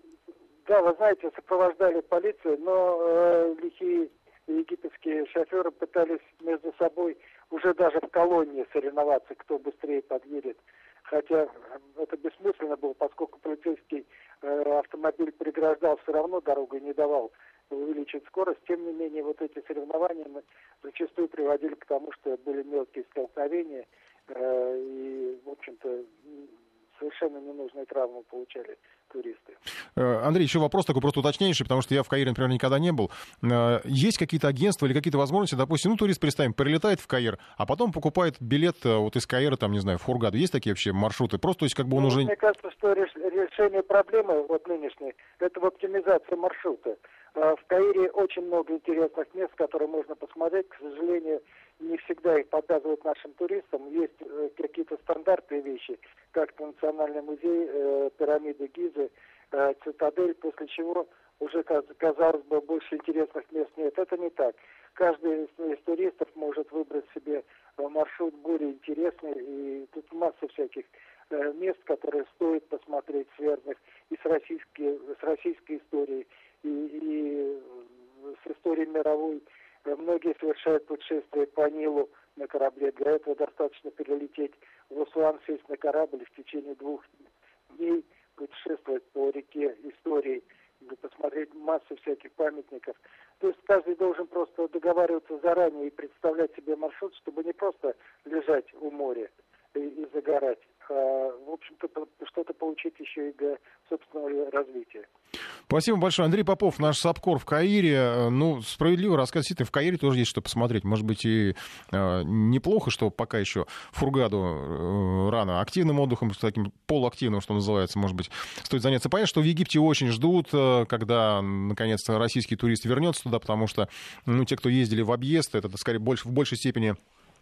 Да, вы знаете, сопровождали полицию, но э, лихие египетские шоферы пытались между собой уже даже в колонии соревноваться, кто быстрее подъедет. Хотя это бессмысленно было, поскольку полицейский э, автомобиль преграждал все равно дорогу и не давал увеличить скорость. Тем не менее, вот эти соревнования зачастую приводили к тому, что были мелкие столкновения э, и, в общем-то, совершенно ненужные травмы получали туристы. Андрей, еще вопрос такой просто уточнейший, потому что я в Каире, например, никогда не был. Есть какие-то агентства или какие-то возможности, допустим, ну, турист, представим, прилетает в Каир, а потом покупает билет вот из Каира, там, не знаю, в Хургаду. Есть такие вообще маршруты? Просто, то есть, как бы он ну, уже... Мне кажется, что реш... решение проблемы, вот нынешней, это в оптимизации маршрута. В Каире очень много интересных мест, которые можно посмотреть. К сожалению, не всегда их показывают нашим туристам. Есть э, какие-то стандартные вещи, как Национальный музей, э, пирамиды Гизы, э, цитадель, после чего уже, казалось бы, больше интересных мест нет. Это не так. Каждый из, из туристов может выбрать себе маршрут более интересный, и тут масса всяких э, мест, которые стоит посмотреть, связанных и с российской, с российской историей, и, и с историей мировой. Многие совершают путешествия по Нилу на корабле. Для этого достаточно перелететь в Асуан, сесть на корабль и в течение двух дней путешествовать по реке истории, посмотреть массу всяких памятников. То есть каждый должен просто договариваться заранее и представлять себе маршрут, чтобы не просто лежать у моря и, и загорать, а, в общем-то, что-то получить получить еще и для собственного развития. Спасибо большое. Андрей Попов, наш САПКОР в Каире. Ну, справедливо рассказать, в Каире тоже есть что посмотреть. Может быть, и э, неплохо, что пока еще в Хургаду э, рано. Активным отдыхом, таким полуактивным, что называется, может быть, стоит заняться. Понятно, что в Египте очень ждут, э, когда, наконец-то, российский турист вернется туда, потому что, ну, те, кто ездили в объезд, это, скорее, больше, в большей степени...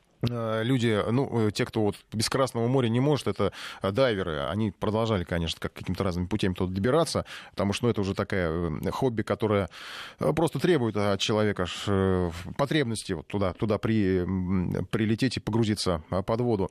Люди, ну, те, кто вот без Красного моря не может, это дайверы. Они продолжали, конечно, как какими-то разными путями туда добираться, потому что, ну, это уже такая хобби, которая просто требует от человека потребности вот туда, туда при, прилететь и погрузиться под воду.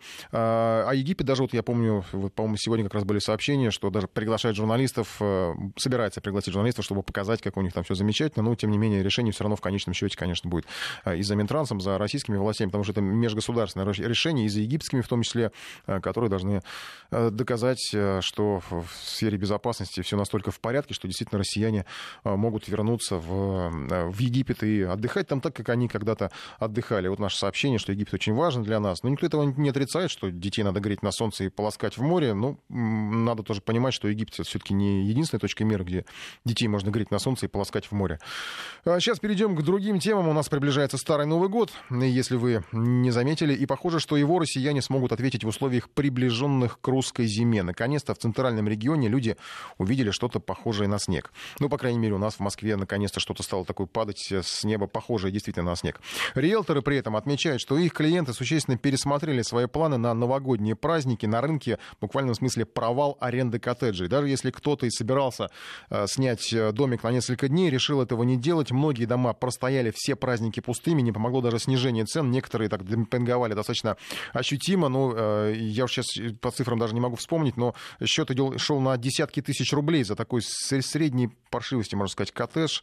А Египет даже, вот я помню, вот, по-моему, сегодня как раз были сообщения, что даже приглашает журналистов, собирается пригласить журналистов, чтобы показать, как у них там все замечательно, но, тем не менее, решение все равно в конечном счете, конечно, будет и за Минтрансом, за российскими властями, потому что это межгосударственное государственное решение, и за египетскими в том числе, которые должны доказать, что в сфере безопасности все настолько в порядке, что действительно россияне могут вернуться в, в Египет и отдыхать там так, как они когда-то отдыхали. Вот наше сообщение, что Египет очень важен для нас. Но никто этого не отрицает, что детей надо греть на солнце и полоскать в море. Ну, надо тоже понимать, что Египет все-таки не единственная точка мира, где детей можно греть на солнце и полоскать в море. Сейчас перейдем к другим темам. У нас приближается Старый Новый год. Если вы не заметили, и похоже, что его россияне смогут ответить в условиях, приближенных к русской зиме. Наконец-то в центральном регионе люди увидели что-то похожее на снег. Ну, по крайней мере, у нас в Москве наконец-то что-то стало такое падать с неба, похожее действительно на снег. Риэлторы при этом отмечают, что их клиенты существенно пересмотрели свои планы на новогодние праздники. На рынке в буквальном смысле провал аренды коттеджей. Даже если кто-то и собирался э, снять домик на несколько дней, решил этого не делать. Многие дома простояли все праздники пустыми, не помогло даже снижение цен. Некоторые так демпинговали достаточно ощутимо. Ну, э, я уж сейчас по цифрам даже не могу вспомнить, но счет идел, шел на десятки тысяч рублей за такой средней паршивости, можно сказать, коттедж.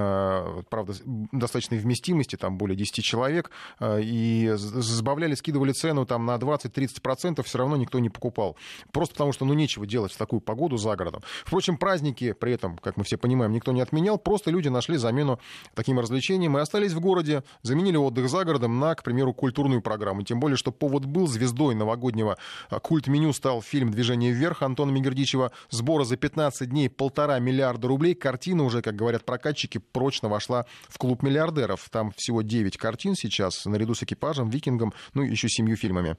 Э, правда, достаточной вместимости, там более десять человек. Э, и сбавляли, скидывали цену там на двадцать-тридцать процентов, все равно никто не покупал. Просто потому что, ну, нечего делать в такую погоду за городом. Впрочем, праздники при этом, как мы все понимаем, никто не отменял. Просто люди нашли замену таким развлечениям и остались в городе, заменили отдых за городом на, к примеру, культурную программу. Тем более, что повод был. Звездой новогоднего культ-меню стал фильм «Движение вверх» Антона Мегердичева. Сбора за пятнадцать дней полтора миллиарда рублей. Картина уже, как говорят прокатчики, прочно вошла в клуб миллиардеров. Там всего девять картин сейчас, наряду с «Экипажем», «Викингом», ну и еще семью фильмами.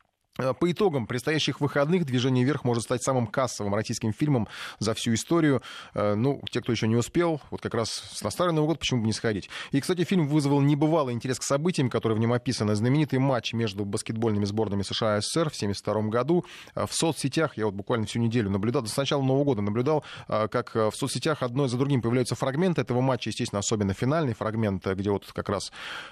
По итогам предстоящих выходных «Движение вверх» может стать самым кассовым российским фильмом за всю историю. Ну, те, кто еще не успел, вот как раз на Старый Новый год, почему бы не сходить. И, кстати, фильм вызвал небывалый интерес к событиям, которые в нем описаны. Знаменитый матч между баскетбольными сборными США и СССР в семьдесят втором году. В соцсетях, я вот буквально всю неделю наблюдал, с начала Нового года наблюдал, как в соцсетях одно за другим появляются фрагменты этого матча, естественно, особенно финальный фрагмент, где вот как раз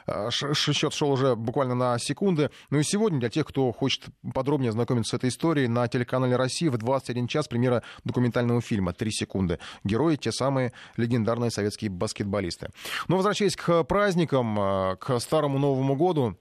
счет шел уже буквально на секунды. Ну и сегодня для тех, кто хочет подробнее ознакомиться с этой историей, на телеканале «Россия» в двадцать один час премьера документального фильма «Три секунды». Герои — те самые легендарные советские баскетболисты. Но возвращаясь к праздникам, к Старому Новому году,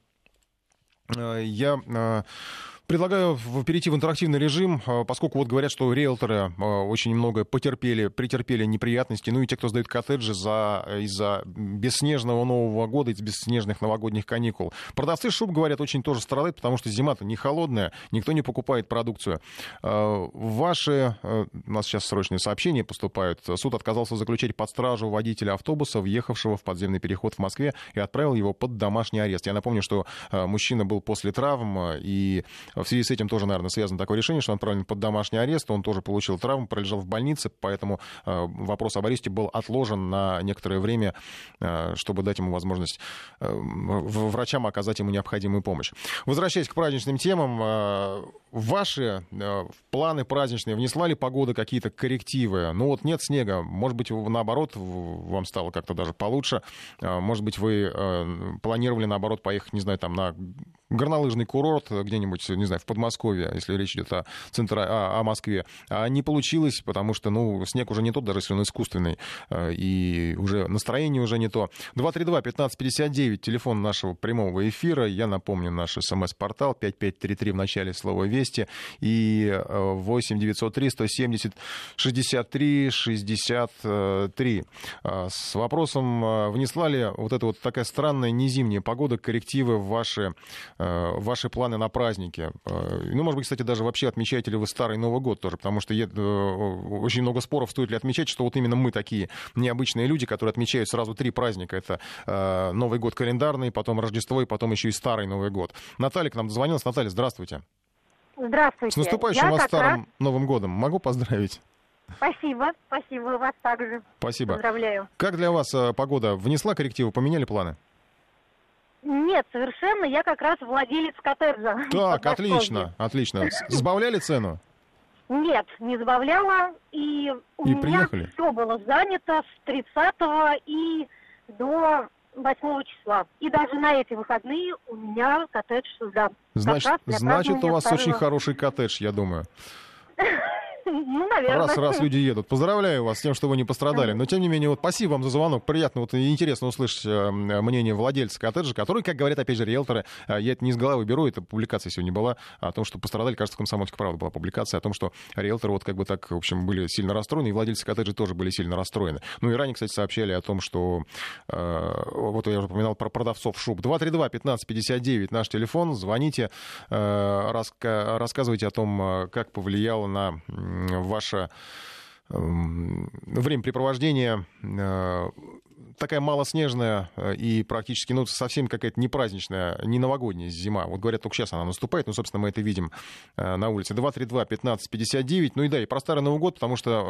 я... предлагаю перейти в интерактивный режим, поскольку вот говорят, что риэлторы очень много потерпели, претерпели неприятности, ну и те, кто сдают коттеджи за, из-за бесснежного Нового года, из-за бесснежных новогодних каникул. Продавцы шуб, говорят, очень тоже страдают, потому что зима-то не холодная, никто не покупает продукцию. Ваши, у нас сейчас срочные сообщения поступают, суд отказался заключить под стражу водителя автобуса, въехавшего в подземный переход в Москве, и отправил его под домашний арест. Я напомню, что мужчина был после травм, и в связи с этим тоже, наверное, связано такое решение, что он отправлен под домашний арест, он тоже получил травму, пролежал в больнице, поэтому э, вопрос об аресте был отложен на некоторое время, э, чтобы дать ему возможность э, врачам оказать ему необходимую помощь. Возвращаясь к праздничным темам, э, ваши э, планы праздничные, внесла ли погода какие-то коррективы? Ну вот нет снега, может быть, наоборот, вам стало как-то даже получше, э, может быть, вы э, планировали, наоборот, поехать, не знаю, там на горнолыжный курорт где-нибудь, не знаю, в Подмосковье, если речь идет о, центра... о, о Москве. А не получилось, потому что, ну, снег уже не тот, даже если он искусственный, и уже настроение уже не то. два три два пятнадцать пятьдесят девять, телефон нашего прямого эфира. Я напомню, наш смс-портал пять пять три три в начале слова «Вести» и восемь девятьсот три сто семьдесят шестьдесят три шестьдесят три. С вопросом, внесла ли вот эта вот такая странная незимняя погода коррективы в ваши, в ваши планы на праздники? знаю. Ну, может быть, кстати, даже вообще отмечаете ли вы Старый Новый год тоже, потому что очень много споров, стоит ли отмечать, что вот именно мы такие необычные люди, которые отмечают сразу три праздника. Это Новый год календарный, потом Рождество и потом еще и Старый Новый год. Наталья к нам дозвонилась. Наталья, здравствуйте. Здравствуйте. С наступающим Я вас Старым раз... Новым годом. Могу поздравить? Спасибо, спасибо, вас также. Спасибо. Поздравляю. Как для вас погода? Внесла коррективы, поменяли планы? Нет, совершенно. Я как раз владелец коттеджа. Так, отлично, отлично. Сбавляли цену? Нет, не сбавляла. И у и меня приехали? Все было занято с тридцатого и до восьмого числа. И даже на эти выходные у меня коттедж создан. Значит, значит у вас старого... очень хороший коттедж, я думаю. Ну, наверное. Раз, раз люди едут. Поздравляю вас с тем, что вы не пострадали. Но, тем не менее, вот спасибо вам за звонок. Приятно вот, и интересно услышать мнение владельца коттеджа, который, как говорят, опять же, риэлторы, я это не из головы беру, это публикация сегодня была о том, что пострадали, кажется, в «Комсомольской правде» была публикация о том, что риэлторы вот как бы так, в общем, были сильно расстроены, и владельцы коттеджа тоже были сильно расстроены. Ну и ранее, кстати, сообщали о том, что э, вот я уже упоминал про продавцов шуб. два три два пятнадцать пятьдесят девять наш телефон. Звоните, э, раска- рассказывайте о том, как повлияло на ваше э, времяпрепровождение э, такая малоснежная и практически, ну, совсем какая-то не праздничная, не новогодняя зима. Вот говорят, только сейчас она наступает, ну, собственно, мы это видим э, на улице. два три два пятнадцать пятьдесят девять. Ну и да, и про Старый Новый год, потому что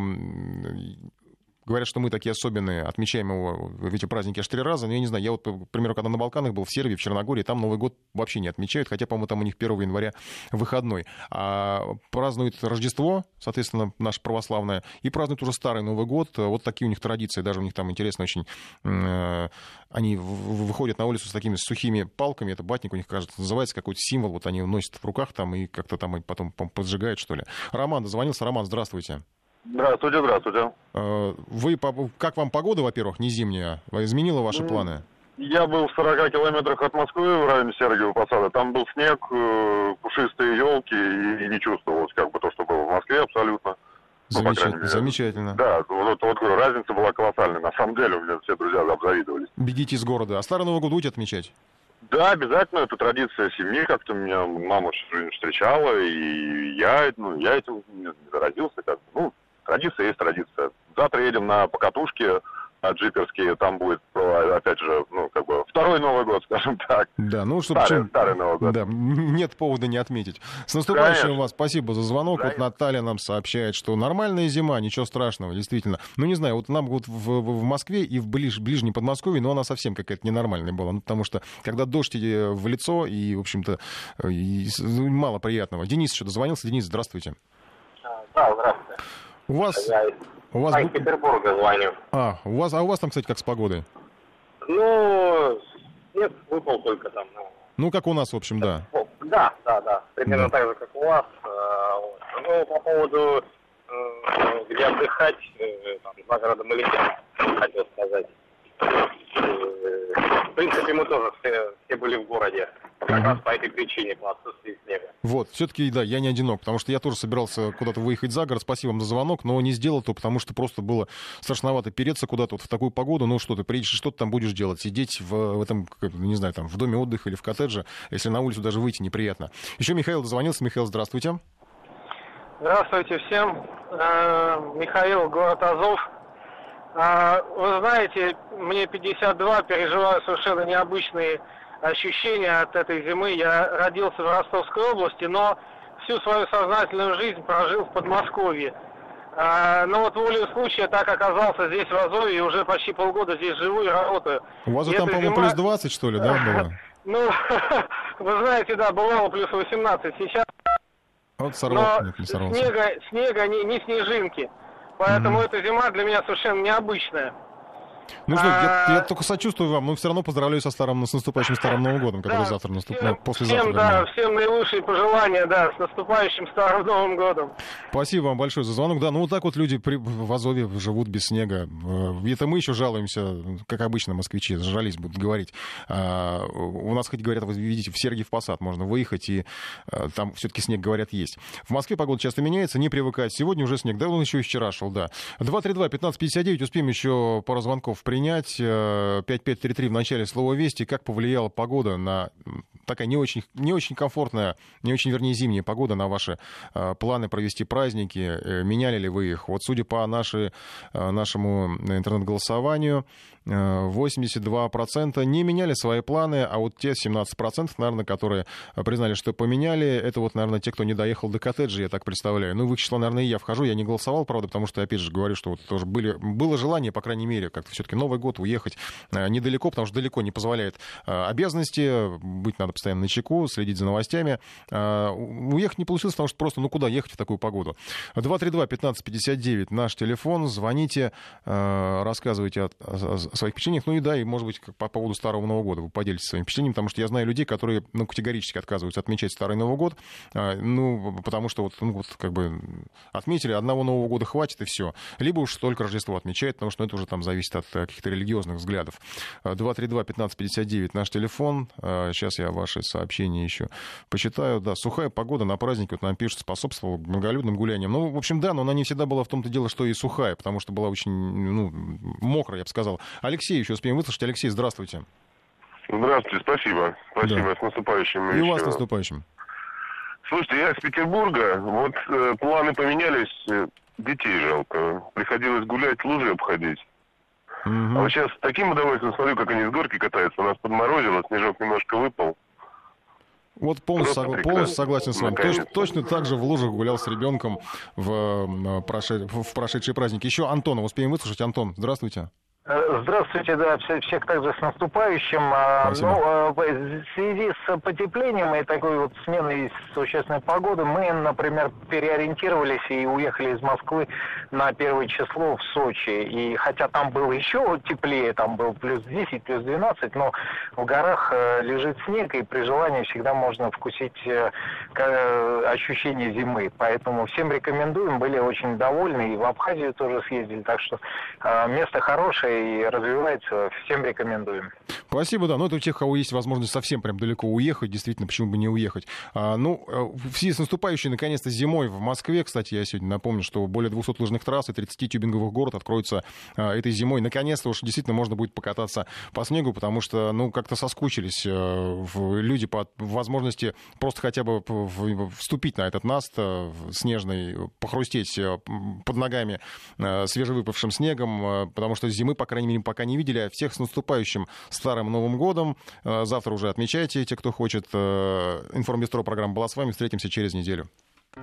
э, говорят, что мы такие особенные, отмечаем его, эти праздники аж три раза. Но я не знаю, я вот, к примеру, когда на Балканах был, в Сербии, в Черногории, там Новый год вообще не отмечают, хотя, по-моему, там у них первого января выходной. А празднуют Рождество, соответственно, наше православное, и празднуют уже Старый Новый год. Вот такие у них традиции, даже у них там интересно очень. Э, они выходят на улицу с такими сухими палками, это батник у них, кажется, называется, какой-то символ, вот они носят в руках там и как-то там потом поджигают, что ли. Роман дозвонился. Роман, здравствуйте. Здравствуйте, здравствуйте. Вы, как вам погода, во-первых, не зимняя? Изменила ваши планы? Я был в сорока километрах от Москвы, в районе Сергиева Посада. Там был снег, пушистые елки, и не чувствовалось как бы то, что было в Москве абсолютно. Замечательно. Ну, замечательно. Да, вот, вот разница была колоссальная. На самом деле у меня все друзья обзавидовались. Бегите из города. А Старый Новый год будете отмечать? Да, обязательно. Это традиция семьи. Как-то меня мама всю жизнь встречала, и я, ну, я этим родился. Как, ну, традиция есть традиция. Завтра едем на покатушке джиперские, там будет, опять же, ну, как бы, второй Новый год, скажем так. Да, ну, чтобы... Старый, чем... старый Новый год. Да, нет повода не отметить. С наступающим Конечно. вас, спасибо за звонок. Да, вот Наталья нам сообщает, что нормальная зима, ничего страшного, действительно. Ну, не знаю, вот нам вот в, в Москве и в ближ, ближнем Подмосковье, но она совсем какая-то ненормальная была. Ну, потому что, когда дождь в лицо, и, в общем-то, и, ну, мало приятного. Денис еще дозвонился. Денис, здравствуйте. Да, здравствуйте. У вас... Я У вас... из Санкт-Петербурга звоню. А, у вас, а у вас там, кстати, как с погодой? Ну, снег выпал только там. Ну, ну как у нас, в общем, да. Да, да, да. Примерно да. так же, как у вас. Ну, по поводу, где отдыхать, там, за городом или нет, хотел сказать. В принципе, мы тоже все, все были в городе. Как раз по этой причине, по отсутствию снега. Вот, все-таки, да, я не одинок, потому что я тоже собирался куда-то выехать за город. Спасибо вам за звонок, но не сделал то, потому что просто было страшновато переться куда-то вот в такую погоду. Ну что ты, приедешь, что ты там будешь делать? Сидеть в, в этом, не знаю, там, в доме отдыха или в коттедже, если на улицу даже выйти неприятно. Еще Михаил дозвонился. Михаил, здравствуйте. Здравствуйте всем. Михаил, город Азов. Вы знаете, мне пятьдесят два, переживаю совершенно необычные ощущения от этой зимы. Я родился в Ростовской области, но всю свою сознательную жизнь прожил в Подмосковье. Но вот волею случая так оказался здесь, в Азове, и уже почти полгода здесь живу и работаю. У вас же там, по-моему, зима... плюс двадцать, что ли, да, было? Ну, вы знаете, да, бывало плюс восемнадцать. Сейчас... Вот сорвался, нет, не сорвался. Снега, снега не, не снежинки. Поэтому mm-hmm. эта зима для меня совершенно необычная. Ну что, я, я только сочувствую вам, но все равно поздравляю со старым, с наступающим Старым Новым годом, который да, завтра наступит, всем, послезавтра. Всем, да, всем наилучшие пожелания, да, с наступающим Старым Новым годом. Спасибо вам большое за звонок. Да, ну вот так вот люди при, в Азове живут без снега. Это мы еще жалуемся, как обычно москвичи, зажались будут говорить. А, у нас, хоть говорят, вы видите, в Сергиев Посад можно выехать, и а, там все-таки снег, говорят, есть. В Москве погода часто меняется, не привыкать. Сегодня уже снег, да, он еще и вчера шел, да. два три два пятнадцать пятьдесят девять, успеем еще пару звонков принять. пять пять три три в начале слова «Вести». Как повлияла погода на такая не очень, не очень комфортная, не очень, вернее, зимняя погода на ваши планы провести праздники. Меняли ли вы их? Вот судя по нашей, нашему интернет-голосованию, восемьдесят два процента не меняли свои планы, а вот те семнадцать процентов, наверное, которые признали, что поменяли, это вот, наверное, те, кто не доехал до коттеджа, я так представляю. Ну, в их число, наверное, и я вхожу. Я не голосовал, правда, потому что, опять же, говорю, что вот тоже были, было желание, по крайней мере, как-то все-таки Новый год уехать недалеко, потому что далеко не позволяет обязанности, быть надо постоянно начеку, следить за новостями. Уехать не получилось, потому что просто, ну, куда ехать в такую погоду? два три два пятнадцать пятьдесят девять наш телефон, звоните, рассказывайте о, о своих впечатлениях, ну и да, и, может быть, по поводу Старого Нового года вы поделитесь своими впечатлениями, потому что я знаю людей, которые, ну, категорически отказываются отмечать Старый Новый год, ну, потому что вот, ну, вот, как бы отметили, одного Нового года хватит и все. Либо уж только Рождество отмечает, потому что ну, это уже там зависит от каких-то религиозных взглядов. два три два пятнадцать пятьдесят девять наш телефон. Сейчас я ваши сообщения еще почитаю. Да, сухая погода на празднике, вот нам пишут, способствовала многолюдным гуляниям. Ну, в общем, да, но она не всегда была в том-то дело, что и сухая, потому что была очень, ну, мокрая, я бы сказал. Алексей еще успеем выслушать. Алексей, здравствуйте. Здравствуйте, спасибо. Спасибо, да. С наступающим. И еще. Вас с наступающим. Слушайте, я из Петербурга. Вот э, планы поменялись, э, детей жалко. Приходилось гулять, лужи обходить. Угу. А вот сейчас с таким удовольствием смотрю, как они с горки катаются. У нас подморозило, снежок немножко выпал. Вот полностью, согла- полностью согласен с вами. Точно, точно так же в лужах гулял с ребенком в, прошед... в прошедшие праздники. Еще Антона успеем выслушать. Антон, здравствуйте. Здравствуйте, да, всех также с наступающим. Спасибо. Ну, в связи с потеплением и такой вот сменой существенной погоды, мы, например, переориентировались и уехали из Москвы на первое число в Сочи. И хотя там было еще теплее, там был плюс десять, плюс двенадцать, но в горах лежит снег, и при желании всегда можно вкусить ощущение зимы. Поэтому всем рекомендуем, были очень довольны, и в Абхазию тоже съездили, так что место хорошее и развивается, всем рекомендуем. Спасибо, да. Ну, это у тех, у кого есть возможность совсем прям далеко уехать, действительно, почему бы не уехать. А, ну, в связи с наступающей, наконец-то, зимой в Москве, кстати, я сегодня напомню, что более двухсот лыжных трасс и тридцать тюбинговых город откроются а, этой зимой. Наконец-то уж действительно можно будет покататься по снегу, потому что, ну, как-то соскучились а, в, люди по возможности просто хотя бы в, вступить на этот наст а, снежный, похрустеть а, под ногами а, свежевыпавшим снегом, а, потому что зимы, по крайней мере, пока не видели. А всех с наступающим Старым Новым годом. Завтра уже отмечайте, те, кто хочет. Информбистро программа была с вами. Встретимся через неделю.